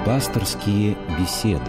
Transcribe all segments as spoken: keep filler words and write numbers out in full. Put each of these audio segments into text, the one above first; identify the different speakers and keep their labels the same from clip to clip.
Speaker 1: Пасторские беседы.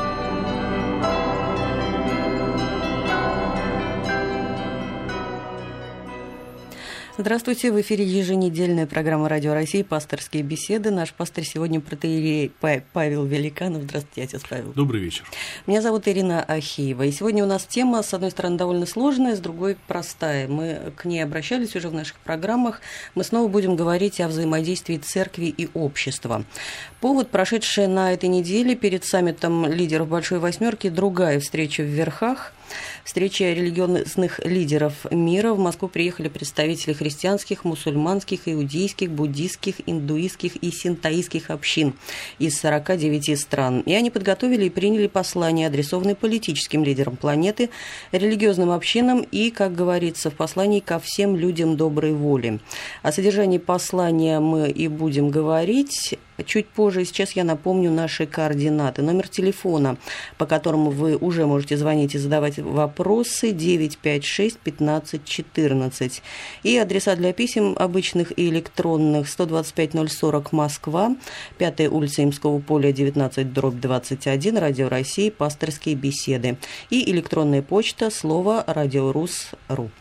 Speaker 2: Здравствуйте, в эфире еженедельная программа «Радио России» «Пасторские беседы». Наш пастор сегодня протоиерей Павел Великанов. Здравствуйте, отец Павел.
Speaker 3: Добрый вечер.
Speaker 2: Меня зовут Ирина Ахеева. И сегодня у нас тема, с одной стороны, довольно сложная, с другой простая. Мы к ней обращались уже в наших программах. Мы снова будем говорить о взаимодействии церкви и общества. Повод, прошедшая на этой неделе перед саммитом лидеров Большой Восьмерки, другая встреча в Верхах. Встреча религиозных лидеров мира. В Москву приехали представители христианских, мусульманских, иудейских, буддийских, индуистских и синтоистских общин из сорока девяти стран. И они подготовили и приняли послание, адресованное политическим лидерам планеты, религиозным общинам и, как говорится в послании, ко всем людям доброй воли. О содержании послания мы и будем говорить чуть позже. Сейчас я напомню наши координаты. Номер телефона, по которому вы уже можете звонить и задавать вопросы, девять пять шесть пятнадцать четырнадцать. И адреса для писем обычных и электронных: сто двадцать пять ноль сорок Москва, пятая улица Имского поля, девятнадцать дробь двадцать один, Радио России, пасторские беседы. И электронная почта слово радиорус точка ру.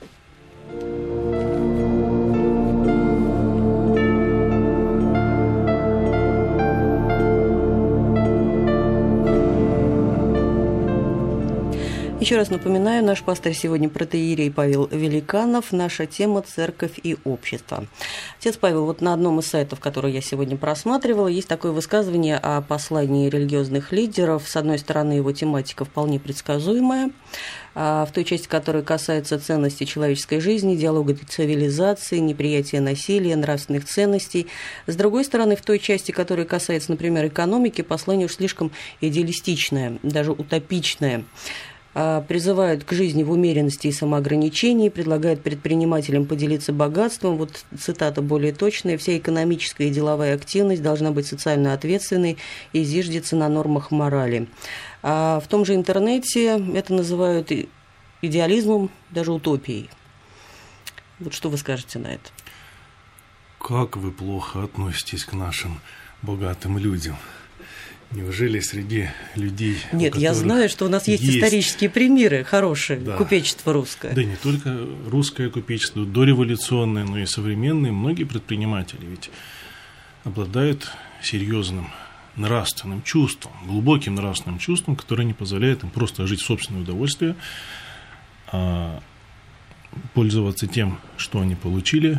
Speaker 2: Еще раз напоминаю, наш пастор сегодня протоиерей Павел Великанов. Наша тема – церковь и общество. Отец Павел, вот на одном из сайтов, который я сегодня просматривала, есть такое высказывание о послании религиозных лидеров. С одной стороны, его тематика вполне предсказуемая, в той части, которая касается ценностей человеческой жизни, диалога цивилизации, неприятия насилия, нравственных ценностей. С другой стороны, в той части, которая касается, например, экономики, послание уж слишком идеалистичное, даже утопичное. Призывают к жизни в умеренности и самоограничении, предлагают предпринимателям поделиться богатством. Вот цитата более точная: «Вся экономическая и деловая активность должна быть социально ответственной и зиждется на нормах морали». А в том же интернете это называют идеализмом, даже утопией. Вот что вы скажете на это?
Speaker 3: Как вы плохо относитесь к нашим богатым людям. Неужели среди людей...
Speaker 2: Нет, я знаю, что у нас есть, есть... исторические примеры хорошие, да. Купечество русское.
Speaker 3: Да, не только русское купечество, дореволюционное, но и современные. Многие предприниматели ведь обладают серьезным нравственным чувством, глубоким нравственным чувством, которое не позволяет им просто жить в собственное удовольствие, а пользоваться тем, что они получили,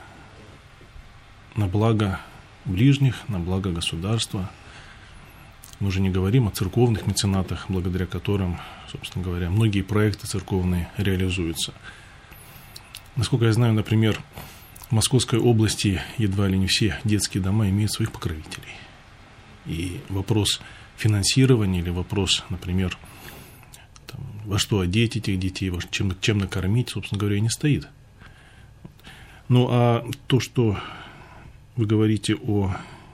Speaker 3: на благо ближних, на благо государства. Мы уже не говорим о церковных меценатах, благодаря которым, собственно говоря, многие проекты церковные реализуются. Насколько я знаю, например, в Московской области едва ли не все детские дома имеют своих покровителей. И вопрос финансирования или вопрос, например, там, во что одеть этих детей, чем, чем накормить, собственно говоря, не стоит. Ну, а то, что вы говорите о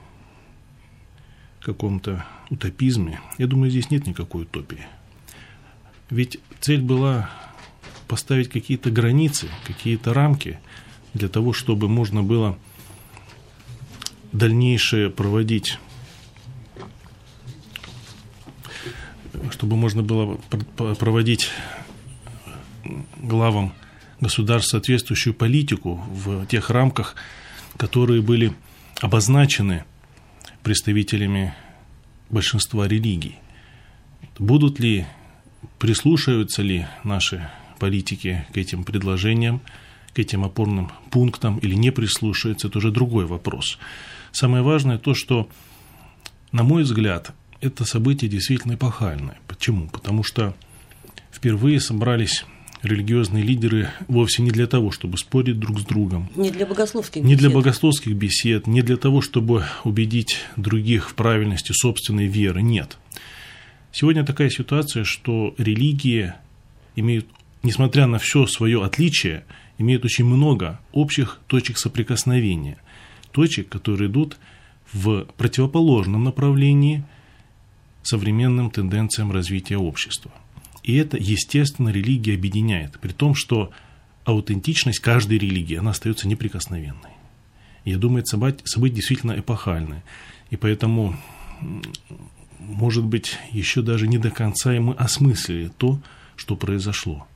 Speaker 3: каком-то утопизме, я думаю, здесь нет никакой утопии. Ведь цель была поставить какие-то границы, какие-то рамки для того, чтобы можно было дальнейшее проводить, чтобы можно было проводить главам государств соответствующую политику в тех рамках, которые были обозначены представителями большинства религий. Будут ли, прислушаются ли наши политики к этим предложениям, к этим опорным пунктам, или не прислушаются, это уже другой вопрос. Самое важное то, что, на мой взгляд, это событие действительно эпохальное. Почему? Потому что впервые собрались религиозные лидеры вовсе не для того, чтобы спорить друг с другом.
Speaker 2: Не для богословских
Speaker 3: бесед. Не для
Speaker 2: богословских
Speaker 3: бесед, не для того, чтобы убедить других в правильности собственной веры. Нет. Сегодня такая ситуация, что религии имеют, несмотря на все свое отличие, имеют очень много общих точек соприкосновения. Точек, которые идут в противоположном направлении современным тенденциям развития общества. И это, естественно, религия объединяет, при том, что аутентичность каждой религии, она остается неприкосновенной. Я думаю, это событие действительно эпохальное. И поэтому может быть, еще даже не до конца и мы осмыслили то, что произошло.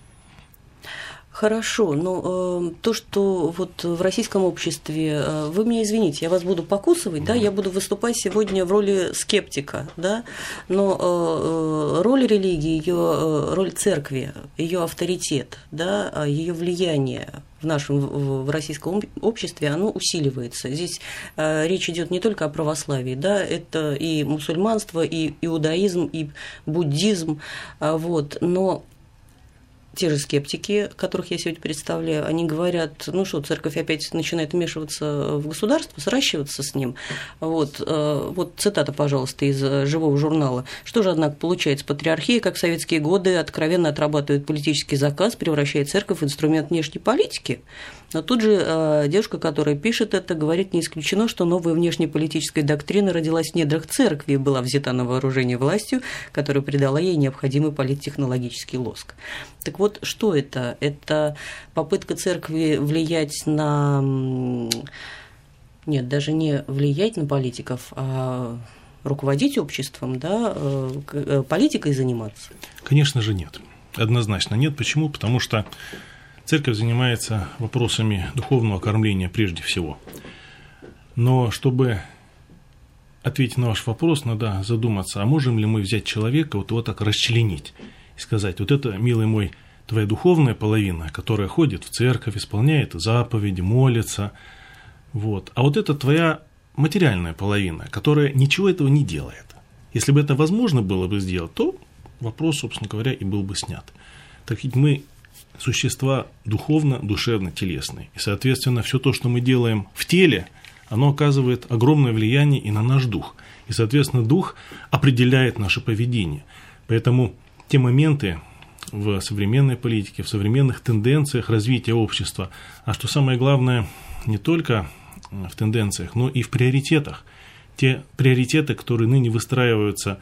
Speaker 2: Хорошо, но э, то, что вот в российском обществе, э, вы меня извините, я вас буду покусывать, да, я буду выступать сегодня в роли скептика, да, но э, роль религии, ее э, роль церкви, ее авторитет, да, ее влияние в нашем в российском обществе, оно усиливается. Здесь э, речь идет не только о православии, да, это и мусульманство, и иудаизм, и буддизм, э, вот, но те же скептики, которых я сегодня представляю, они говорят, ну что, церковь опять начинает вмешиваться в государство, сращиваться с ним. Вот, вот цитата, пожалуйста, из «Живого журнала». Что же, однако, получается? Патриархия, как в советские годы, откровенно отрабатывает политический заказ, превращает церковь в инструмент внешней политики. Но тут же э, девушка, которая пишет это, говорит, не исключено, что новая внешнеполитическая доктрина родилась в недрах церкви и была взята на вооружение властью, которая придала ей необходимый политтехнологический лоск. Так вот, что это? Это попытка церкви влиять на... Нет, даже не влиять на политиков, а руководить обществом, да, политикой заниматься?
Speaker 3: Конечно же нет. Однозначно нет. Почему? Потому что церковь занимается вопросами духовного кормления прежде всего. Но чтобы ответить на ваш вопрос, надо задуматься, а можем ли мы взять человека, вот его так расчленить и сказать, вот это, милый мой, твоя духовная половина, которая ходит в церковь, исполняет заповеди, молится, вот. А вот это твоя материальная половина, которая ничего этого не делает. Если бы это возможно было бы сделать, то вопрос, собственно говоря, и был бы снят. Так ведь мы существа духовно-душевно-телесные. И, соответственно, все то, что мы делаем в теле, оно оказывает огромное влияние и на наш дух. И, соответственно, дух определяет наше поведение. Поэтому те моменты в современной политике, в современных тенденциях развития общества, а что самое главное, не только в тенденциях, но и в приоритетах. Те приоритеты, которые ныне выстраиваются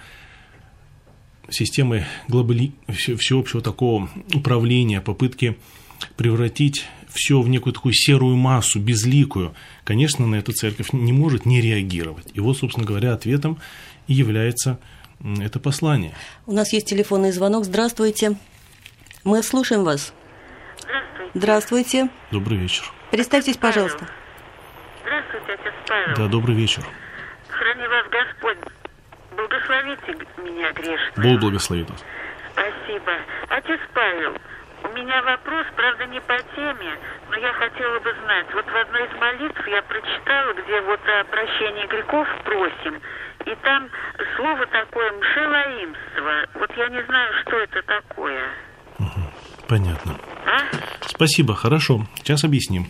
Speaker 3: системы глобали... всеобщего такого управления, попытки превратить все в некую такую серую массу, безликую, конечно, на это церковь не может не реагировать. И вот, собственно говоря, ответом и является это послание.
Speaker 2: У нас есть телефонный звонок. Здравствуйте. Мы слушаем вас.
Speaker 4: Здравствуйте.
Speaker 2: Здравствуйте.
Speaker 3: Добрый вечер.
Speaker 2: Представьтесь, пожалуйста.
Speaker 4: Здравствуйте, отец Павел.
Speaker 3: Да, добрый вечер.
Speaker 4: Храни вас Господь. Благословите меня, грешного.
Speaker 3: Бог благословит вас.
Speaker 4: Спасибо. Отец Павел, у меня вопрос, правда, не по теме, но я хотела бы знать. Вот в одной из молитв я прочитала, где вот о прощении грехов просим, и там слово такое «мшелаимство». Вот я не знаю, что это такое.
Speaker 3: Угу, понятно.
Speaker 4: А?
Speaker 3: Спасибо, хорошо. Сейчас объясним.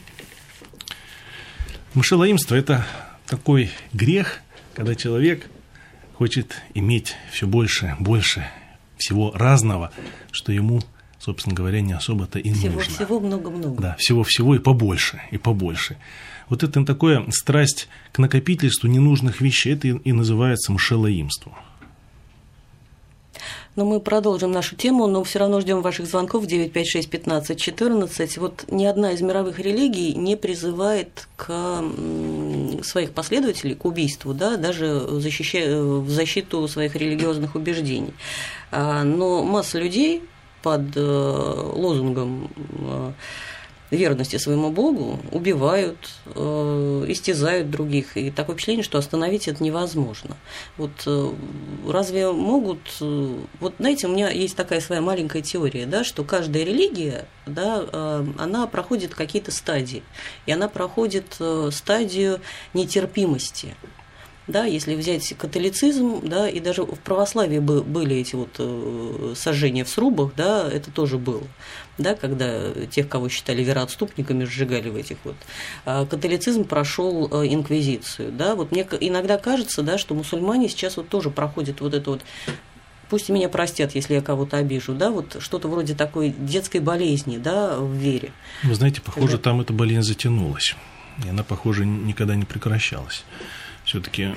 Speaker 3: Мшелаимство – это такой грех, когда человек хочет иметь все больше, больше всего разного, что ему, собственно говоря, не особо-то и
Speaker 2: всего,
Speaker 3: нужно.
Speaker 2: Всего много-много.
Speaker 3: Да, всего-всего и побольше, и побольше. Вот это такое страсть к накопительству ненужных вещей, это и называется мшелаимством.
Speaker 2: Но мы продолжим нашу тему, но все равно ждем ваших звонков девять пять шесть пятнадцать четырнадцать. Вот ни одна из мировых религий не призывает к своих последователей к убийству, да, даже защищая, в защиту своих религиозных убеждений. Но масса людей под лозунгом верности своему Богу убивают, э, истязают других. И такое впечатление, что остановить это невозможно. Вот э, разве могут... Э, вот, знаете, у меня есть такая своя маленькая теория, да, что каждая религия, да, э, она проходит какие-то стадии. И она проходит э, стадию нетерпимости. Да, если взять католицизм, да, и даже в православии были эти вот э, сожжения в срубах, да, это тоже было, да, когда тех, кого считали вероотступниками, сжигали в этих вот. А католицизм прошел э, инквизицию, да, вот мне иногда кажется, да, что мусульмане сейчас вот тоже проходят вот это вот, пусть меня простят, если я кого-то обижу, да, вот что-то вроде такой детской болезни, да, в вере.
Speaker 3: Вы знаете, похоже,
Speaker 2: когда...
Speaker 3: там эта болезнь затянулась, и она, похоже, никогда не прекращалась. Все-таки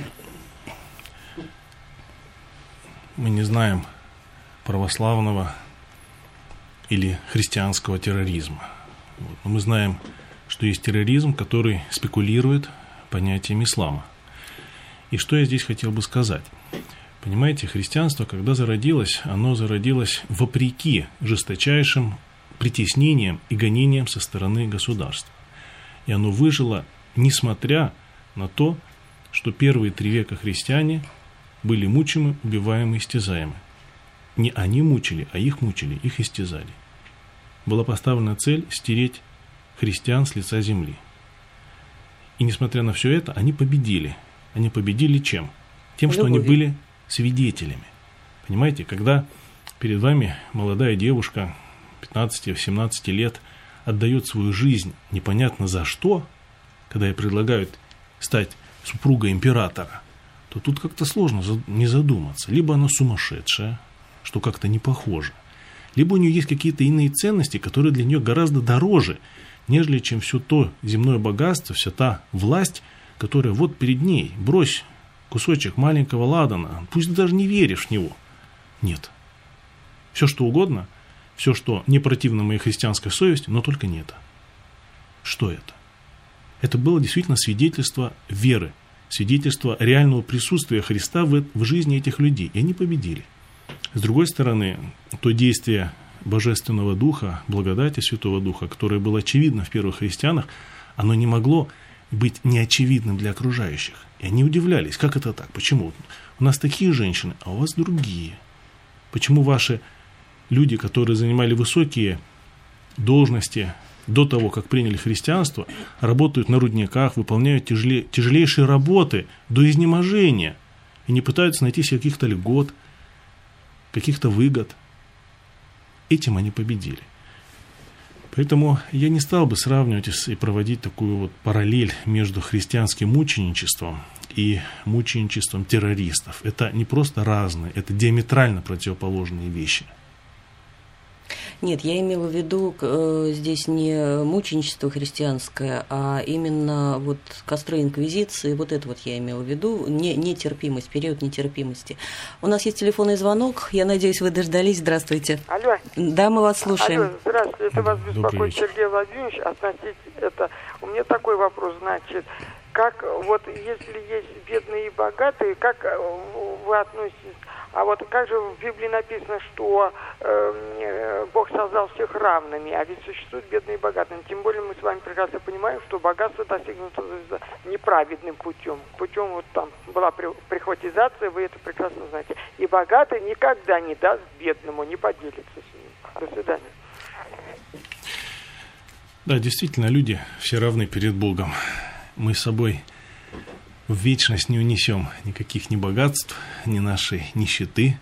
Speaker 3: мы не знаем православного или христианского терроризма. Вот. Но мы знаем, что есть терроризм, который спекулирует понятием ислама. И что я здесь хотел бы сказать? Понимаете, христианство, когда зародилось, оно зародилось вопреки жесточайшим притеснениям и гонениям со стороны государства. И оно выжило, несмотря на то, что первые три века христиане были мучимы, убиваемы, истязаемы. Не они мучили, а их мучили, их истязали. Была поставлена цель стереть христиан с лица земли. И несмотря на все это, они победили. Они победили чем? Тем, что они были свидетелями. Понимаете, когда перед вами молодая девушка пятнадцати-семнадцати лет отдает свою жизнь непонятно за что, когда ей предлагают стать супругой императора, то тут как-то сложно не задуматься. Либо она сумасшедшая, что как-то не похоже, либо у нее есть какие-то иные ценности, которые для нее гораздо дороже, нежели чем все то земное богатство, вся та власть, которая вот перед ней. Брось кусочек маленького ладана, пусть даже не веришь в него. Нет. Все что угодно, все, что не противно моей христианской совести, но только не это. Что это? Это было действительно свидетельство веры, свидетельство реального присутствия Христа в, в жизни этих людей. И они победили. С другой стороны, то действие Божественного Духа, благодати Святого Духа, которое было очевидно в первых христианах, оно не могло быть неочевидным для окружающих. И они удивлялись, как это так, почему? У нас такие женщины, а у вас другие. Почему ваши люди, которые занимали высокие должности до того, как приняли христианство, работают на рудниках, выполняют тяжеле, тяжелейшие работы до изнеможения и не пытаются найти себе каких-то льгот, каких-то выгод. Этим они победили. Поэтому я не стал бы сравнивать и проводить такую вот параллель между христианским мученичеством и мученичеством террористов. Это не просто разные, это диаметрально противоположные вещи.
Speaker 2: Нет, я имела в виду э, здесь не мученичество христианское, а именно вот костры инквизиции, вот это вот я имела в виду, не, нетерпимость, период нетерпимости. У нас есть телефонный звонок, я надеюсь, вы дождались. Здравствуйте.
Speaker 5: Алло.
Speaker 2: Да, мы вас слушаем.
Speaker 5: Алло, здравствуйте, это вас беспокоит Сергей Владимирович. Относительно это, у меня такой вопрос, значит, как вот если есть бедные и богатые, как вы относитесь? А вот как же в Библии написано, что э, Бог создал всех равными, а ведь существуют бедные и богатые. Тем более мы с вами прекрасно понимаем, что богатство достигнуто неправедным путем. Путем вот там была прихватизация, вы это прекрасно знаете. И богатый никогда не даст бедному, не поделится с ним. До свидания.
Speaker 3: Да, действительно, люди все равны перед Богом. Мы с собой в вечность не унесем никаких ни богатств, ни нашей нищеты.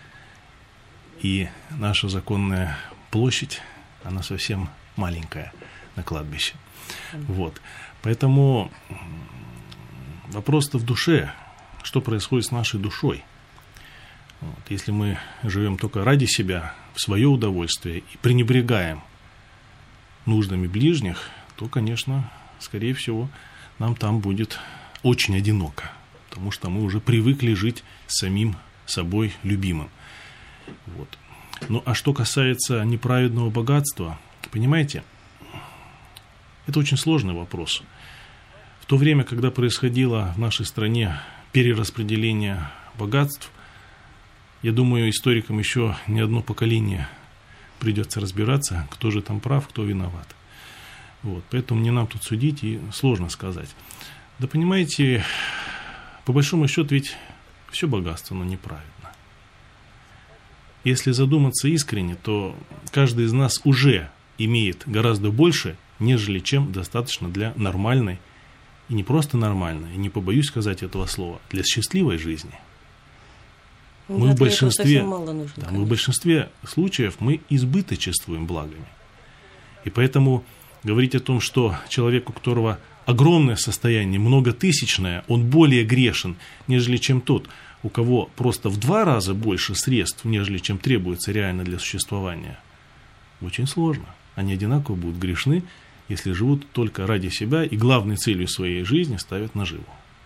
Speaker 3: И наша законная площадь, она совсем маленькая на кладбище. Вот. Поэтому вопрос-то в душе. Что происходит с нашей душой? Вот. Если мы живем только ради себя, в свое удовольствие и пренебрегаем нуждами ближних, то, конечно, скорее всего, нам там будет очень одиноко, потому что мы уже привыкли жить самим собой любимым. Вот. Ну, а что касается неправедного богатства, понимаете, это очень сложный вопрос. В то время, когда происходило в нашей стране перераспределение богатств, я думаю, историкам еще не одно поколение придется разбираться, кто же там прав, кто виноват. Вот. Поэтому не нам тут судить и сложно сказать. Да понимаете, по большому счету ведь все богатство, но неправедно. Если задуматься искренне, то каждый из нас уже имеет гораздо больше, нежели чем достаточно для нормальной, и не просто нормальной, и не побоюсь сказать этого слова, для счастливой жизни. Мы в, большинстве, нужно, да, мы в большинстве случаев мы избыточествуем благами. И поэтому говорить о том, что человек, у которого огромное состояние, многотысячное, он более грешен, нежели чем тот, у кого просто в два раза больше средств, нежели чем требуется реально для существования. Очень сложно. Они одинаково будут грешны, если живут только ради себя и главной целью своей жизни ставят наживу.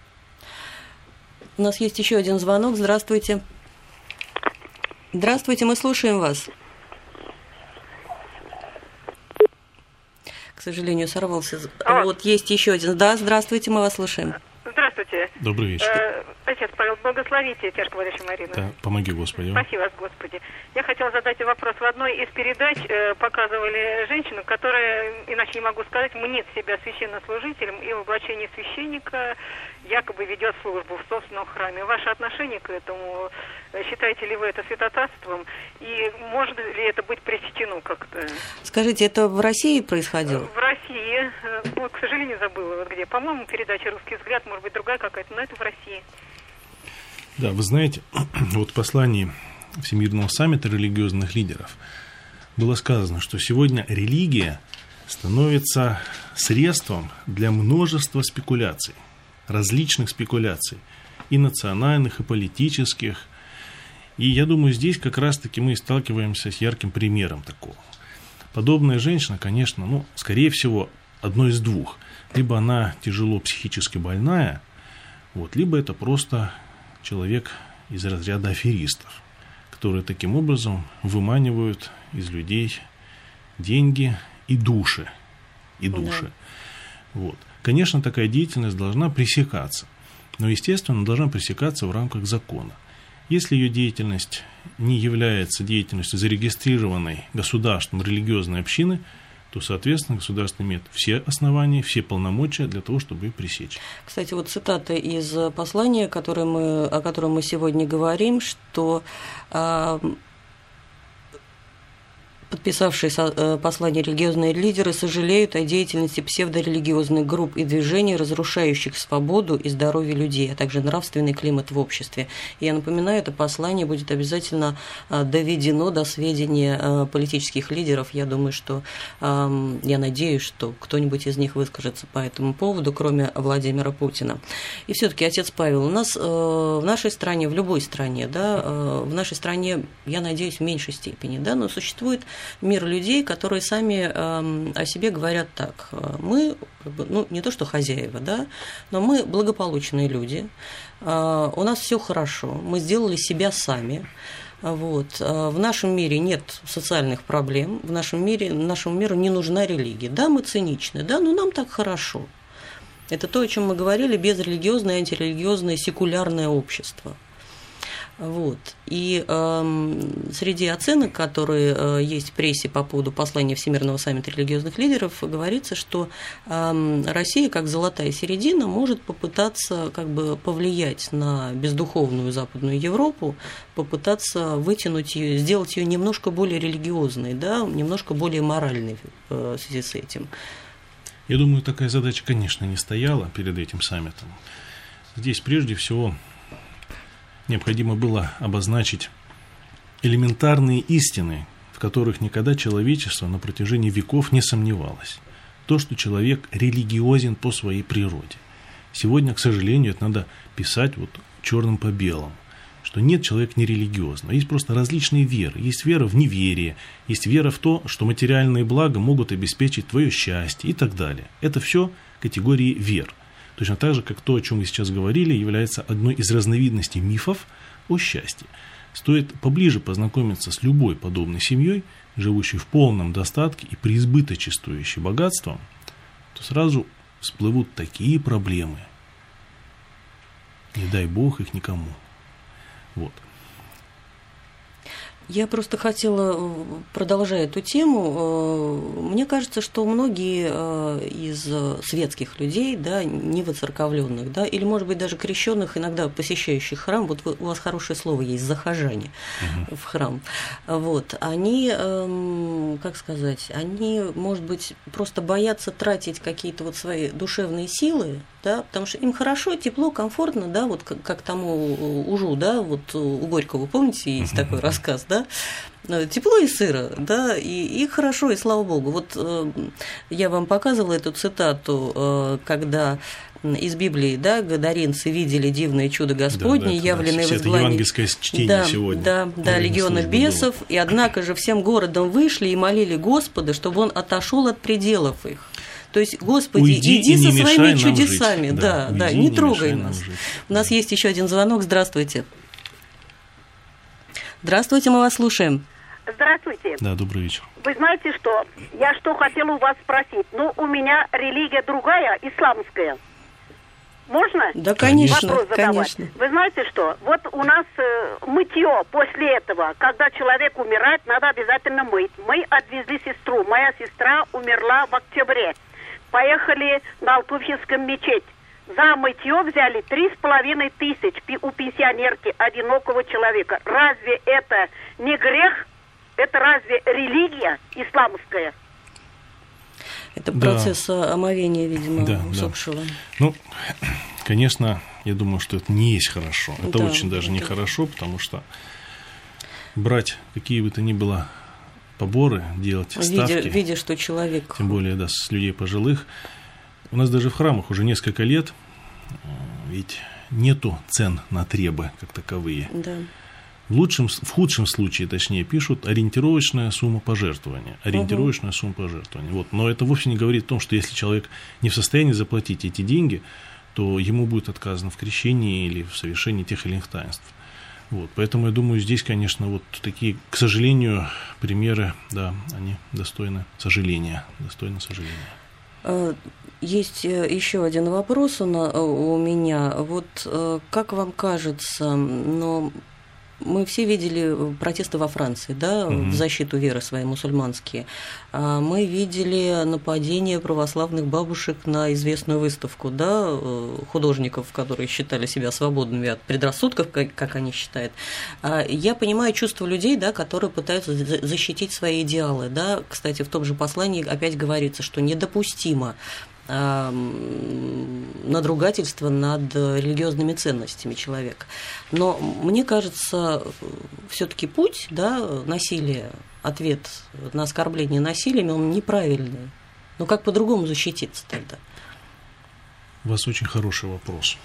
Speaker 2: У нас есть еще один звонок. Здравствуйте. Здравствуйте, мы слушаем вас. К сожалению, сорвался. А. Вот есть еще один. Да, здравствуйте, мы вас слушаем.
Speaker 5: Здравствуйте.
Speaker 6: Здравствуйте.
Speaker 3: Добрый вечер.
Speaker 6: Э, отец Павел, благословите тяжко болящую Марину.
Speaker 3: Да, помоги, Господи.
Speaker 6: Спасибо вас, Господи. Я хотела задать вопрос. В одной из передач э, показывали женщину, которая, иначе не могу сказать, мнит себя священнослужителем и в облачении священника якобы ведет службу в собственном храме. Ваше отношение к этому, считаете ли вы это святотатством? И может ли это быть пресечено как-то?
Speaker 2: Скажите, это в России происходило?
Speaker 6: В России. Ну, к сожалению, забыла вот где. По-моему, передача «Русский взгляд», может быть, другая какая-то, но это в России.
Speaker 3: Да, вы знаете, вот в послании Всемирного саммита религиозных лидеров было сказано, что сегодня религия становится средством для множества спекуляций, различных спекуляций, и национальных, и политических. И я думаю, здесь как раз-таки мы сталкиваемся с ярким примером такого. Подобная женщина, конечно, ну, скорее всего, одно из двух. Либо она тяжело психически больная, вот, либо это просто человек из разряда аферистов, которые таким образом выманивают из людей деньги и души. И души. Да. Вот. Конечно, такая деятельность должна пресекаться, но, естественно, должна пресекаться в рамках закона. Если ее деятельность не является деятельностью зарегистрированной государством религиозной общины, то, соответственно, государство имеет все основания, все полномочия для того, чтобы ее пресечь.
Speaker 2: Кстати, вот цитата из послания, которое мы, о котором мы сегодня говорим, что э, подписавшие послание религиозные лидеры сожалеют о деятельности псевдорелигиозных групп и движений, разрушающих свободу и здоровье людей, а также нравственный климат в обществе. И я напоминаю, это послание будет обязательно доведено до сведения политических лидеров. Я думаю, что, я надеюсь, что кто-нибудь из них выскажется по этому поводу, кроме Владимира Путина. И все-таки, отец Павел, у нас в нашей стране, в любой стране, да, в нашей стране, я надеюсь, в меньшей степени, да, но существует мир людей, которые сами э, о себе говорят так. Мы, ну, не то что хозяева, да, но мы благополучные люди, э, у нас все хорошо, мы сделали себя сами. Вот. В нашем мире нет социальных проблем, в нашем мире, нашему миру не нужна религия. Да, мы циничны, да, но нам так хорошо. Это то, о чем мы говорили, безрелигиозное, антирелигиозное, секулярное общество. Вот. И э, среди оценок, которые э, есть в прессе по поводу послания Всемирного саммита религиозных лидеров, говорится, что э, Россия, как золотая середина, может попытаться как бы повлиять на бездуховную Западную Европу, попытаться вытянуть ее, сделать ее немножко более религиозной, да, немножко более моральной э, в связи с этим.
Speaker 3: Я думаю, такая задача, конечно, не стояла перед этим саммитом. Здесь прежде всего необходимо было обозначить элементарные истины, в которых никогда человечество на протяжении веков не сомневалось. То, что человек религиозен по своей природе. Сегодня, к сожалению, это надо писать вот черным по белому, что нет человека нерелигиозного. Есть просто различные веры. Есть вера в неверие, есть вера в то, что материальные блага могут обеспечить твое счастье и так далее. Это все категории вер. Точно так же, как то, о чем мы сейчас говорили, является одной из разновидностей мифов о счастье. Стоит поближе познакомиться с любой подобной семьей, живущей в полном достатке и преизбыточествующей богатством, то сразу всплывут такие проблемы. Не дай Бог их никому. Вот.
Speaker 2: Я просто хотела, продолжая эту тему, мне кажется, что многие из светских людей, да, не воцерковленных, да, или, может быть, даже крещенных, иногда посещающих храм, вот у вас хорошее слово есть, захожане угу. в храм, вот, они, как сказать, они, может быть, просто боятся тратить какие-то вот свои душевные силы, да, потому что им хорошо, тепло, комфортно, да, вот как, как тому ужу, да, вот у Горького, помните, есть такой рассказ, да, тепло и сыро, да, и, и хорошо, и слава богу. Вот э, я вам показывала эту цитату, э, когда из Библии, да, гадаринцы видели дивное чудо Господне, да, да, явленное
Speaker 3: да, возглавление. Это евангельское чтение
Speaker 2: да,
Speaker 3: сегодня. Да,
Speaker 2: да, легионы бесов, было. И однако же всем городом вышли и молили Господа, чтобы он отошел от пределов их. То есть, Господи,
Speaker 3: уйди
Speaker 2: иди со своими чудесами,
Speaker 3: жить.
Speaker 2: да, да, да, не, не трогай нас. У нас есть еще один звонок. Здравствуйте. Здравствуйте, мы вас слушаем.
Speaker 7: Здравствуйте.
Speaker 3: Да, добрый вечер.
Speaker 7: Вы знаете что? Я что хотела у вас спросить. Ну, у меня религия другая, исламская. Можно?
Speaker 2: Да, конечно,
Speaker 7: Вопрос задавать.
Speaker 2: конечно.
Speaker 7: Вы знаете что? Вот у нас э, мытье после этого, когда человек умирает, надо обязательно мыть. Мы отвезли сестру. Моя сестра умерла в октябре. Поехали на Алтуфьевскую мечеть. За мытье взяли три с половиной тысяч у пенсионерки, одинокого человека. Разве это не грех? Это разве религия исламская?
Speaker 2: Это
Speaker 3: Да.
Speaker 2: процесс омовения, видимо,
Speaker 3: Да,
Speaker 2: усопшего.
Speaker 3: да. Ну, конечно, я думаю, что это не есть хорошо. Это
Speaker 2: Да,
Speaker 3: очень даже
Speaker 2: это-
Speaker 3: нехорошо, потому что брать какие бы то ни было поборы, делать
Speaker 2: Видя,
Speaker 3: ставки,
Speaker 2: видя, что человек...
Speaker 3: тем более да, с людей пожилых. У нас даже в храмах уже несколько лет э, ведь нету цен на требы как таковые.
Speaker 2: Да.
Speaker 3: В, лучшем, в худшем случае, точнее, пишут ориентировочная сумма пожертвования. Ориентировочная угу. сумма пожертвования. Вот. Но это вовсе не говорит о том, что если человек не в состоянии заплатить эти деньги, то ему будет отказано в крещении или в совершении тех или иных таинств. Вот. Поэтому я думаю, здесь, конечно, вот такие, к сожалению, примеры, да, они достойны сожаления. Достойны сожаления.
Speaker 2: Есть еще один вопрос у меня. Вот как вам кажется, но мы все видели протесты во Франции, да, mm-hmm. в защиту веры своей мусульманские. Мы видели нападение православных бабушек на известную выставку, да, художников, которые считали себя свободными от предрассудков, как, как они считают. Я понимаю чувства людей, да, которые пытаются защитить свои идеалы. Да. Кстати, в том же послании опять говорится, что недопустимо надругательство над религиозными ценностями человека. Но мне кажется, все-таки путь, да, насилия, ответ на оскорбление насилиями, он неправильный. Но как по-другому защититься тогда?
Speaker 3: У вас очень хороший вопрос.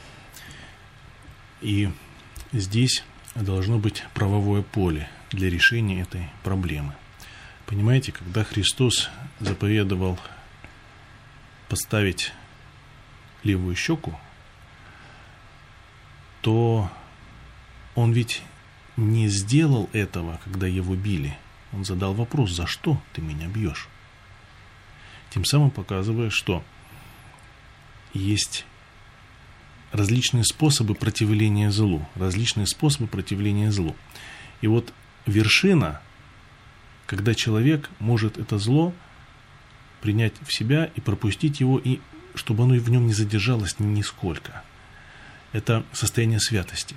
Speaker 3: И здесь должно быть правовое поле для решения этой проблемы. Понимаете, когда Христос заповедовал подставить левую щеку, то он ведь не сделал этого, когда его били. Он задал вопрос: за что ты меня бьешь? Тем самым показывая, что есть различные способы противления злу, различные способы противления злу. И вот вершина, когда человек может это зло принять в себя и пропустить его, и чтобы оно в нем не задержалось ни нисколько. Это состояние святости.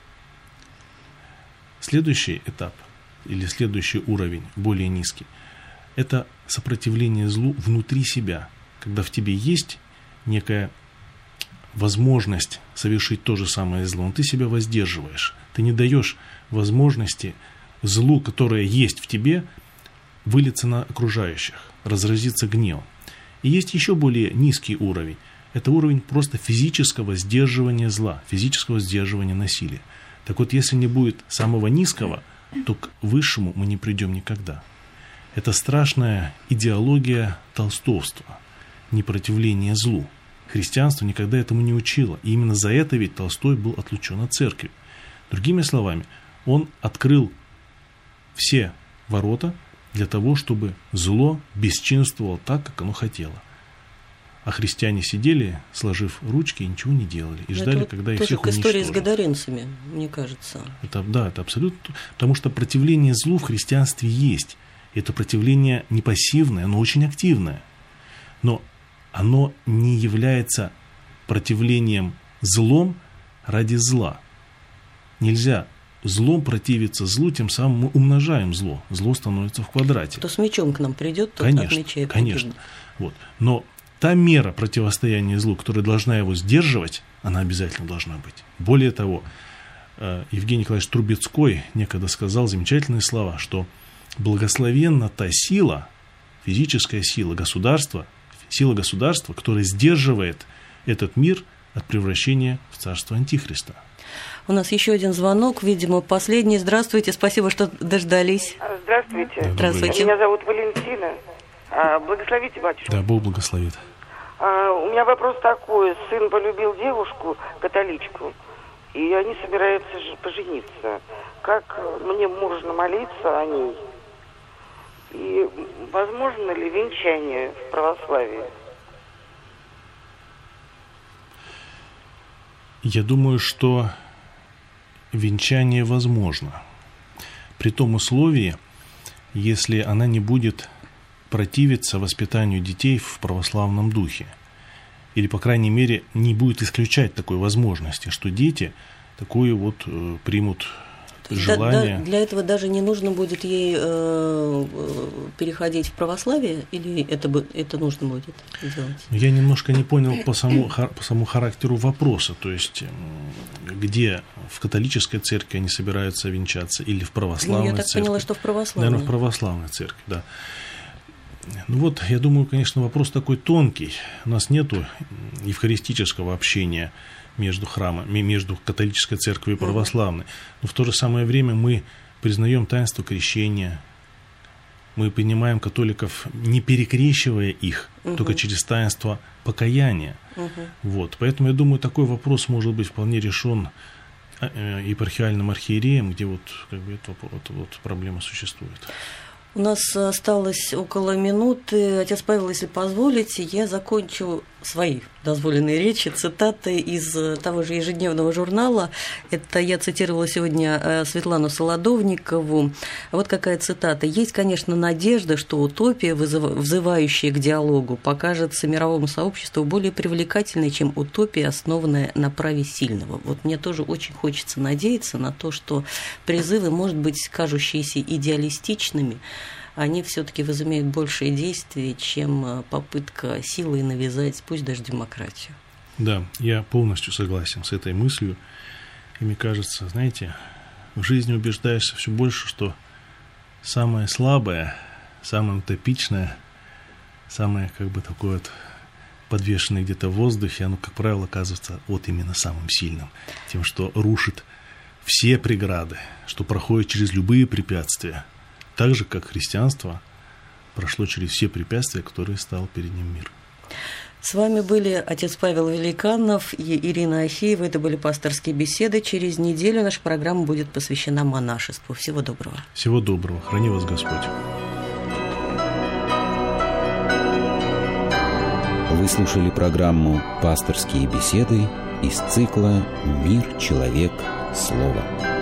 Speaker 3: Следующий этап, или следующий уровень, более низкий, это сопротивление злу внутри себя, когда в тебе есть некая возможность совершить то же самое зло, но ты себя воздерживаешь, ты не даешь возможности злу, которое есть в тебе, вылиться на окружающих, разразиться гневом. И есть еще более низкий уровень. Это уровень просто физического сдерживания зла, физического сдерживания насилия. Так вот, если не будет самого низкого, то к высшему мы не придем никогда. Это страшная идеология толстовства, непротивление злу. Христианство никогда этому не учило. И именно за это ведь Толстой был отлучен от церкви. Другими словами, он открыл все ворота для того, чтобы зло бесчинствовало так, как оно хотело. А христиане сидели, сложив ручки, и ничего не делали. И ждали, это когда их всех уничтожат.
Speaker 2: История с гадаринцами, мне кажется.
Speaker 3: Это, да, это абсолютно... Потому что противление злу в христианстве есть. Это противление не пассивное, оно очень активное. Но оно не является противлением злом ради зла. Нельзя злом противиться злу, тем самым мы умножаем зло. Зло становится в квадрате.
Speaker 2: Кто с мечом к нам придет, тот
Speaker 3: конечно,
Speaker 2: от меча и
Speaker 3: конечно. Вот. Но та мера противостояния злу, которая должна его сдерживать, она обязательно должна быть. Более того, Евгений Николаевич Трубецкой некогда сказал замечательные слова, что благословенна та сила, физическая сила государства, сила государства, которая сдерживает этот мир от превращения в царство Антихриста.
Speaker 2: У нас еще один звонок, видимо, последний. Здравствуйте, спасибо, что дождались.
Speaker 5: Здравствуйте.
Speaker 3: Да,
Speaker 2: Здравствуйте.
Speaker 5: Меня зовут Валентина. Благословите, батюшка.
Speaker 3: Да, Бог благословит.
Speaker 5: У меня вопрос такой. Сын полюбил девушку, католичку, и они собираются пожениться. Как мне можно молиться о ней? И возможно ли венчание в православии?
Speaker 3: Я думаю, что венчание возможно, при том условии, если она не будет противиться воспитанию детей в православном духе. Или, по крайней мере, не будет исключать такой возможности, что дети такое вот э, примут желание.
Speaker 2: Да, да, для этого даже не нужно будет ей э, переходить в православие, или это, бы, это нужно будет делать?
Speaker 3: Я немножко не понял по самому, по самому характеру вопроса, то есть где в католической церкви они собираются венчаться или в православной
Speaker 2: ну, я так
Speaker 3: церкви?
Speaker 2: поняла, что в православной.
Speaker 3: Наверное, в православной церкви, да. Ну вот, я думаю, конечно, вопрос такой тонкий. У нас нету евхаристического общения между храмами, между католической церковью и православной. Но в то же самое время мы признаем таинство крещения. Мы принимаем католиков, не перекрещивая их, угу. только через таинство покаяния. Угу. Вот. Поэтому, я думаю, такой вопрос может быть вполне решен епархиальным архиереем, где вот, как бы, эта вот, вот проблема существует.
Speaker 2: У нас осталось около минуты. Отец Павел, если позволите, я закончу свои дозволенные речи цитаты из того же ежедневного журнала. Это я цитировала сегодня Светлану Солодовникову. Вот какая цитата. «Есть, конечно, надежда, что утопия, взывающая к диалогу, покажется мировому сообществу более привлекательной, чем утопия, основанная на праве сильного». Вот мне тоже очень хочется надеяться на то, что призывы, может быть, кажущиеся идеалистичными, они все-таки возымеют большее действие, чем попытка силой навязать, пусть даже демократию.
Speaker 3: Да, я полностью согласен с этой мыслью. И мне кажется, знаете, в жизни убеждаешься все больше, что самое слабое, самое утопичное, самое как бы такое вот подвешенное где-то в воздухе, оно, как правило, оказывается вот именно самым сильным. Тем, что рушит все преграды, что проходит через любые препятствия. Так же, как христианство прошло через все препятствия, которые стал перед ним мир.
Speaker 2: С вами были отец Павел Великанов и Ирина Ахеева. Это были пасторские беседы. Через неделю наша программа будет посвящена монашеству. Всего доброго.
Speaker 3: Всего доброго. Храни вас Господь.
Speaker 1: Вы слушали программу «Пасторские беседы» из цикла «Мир, человек, слово».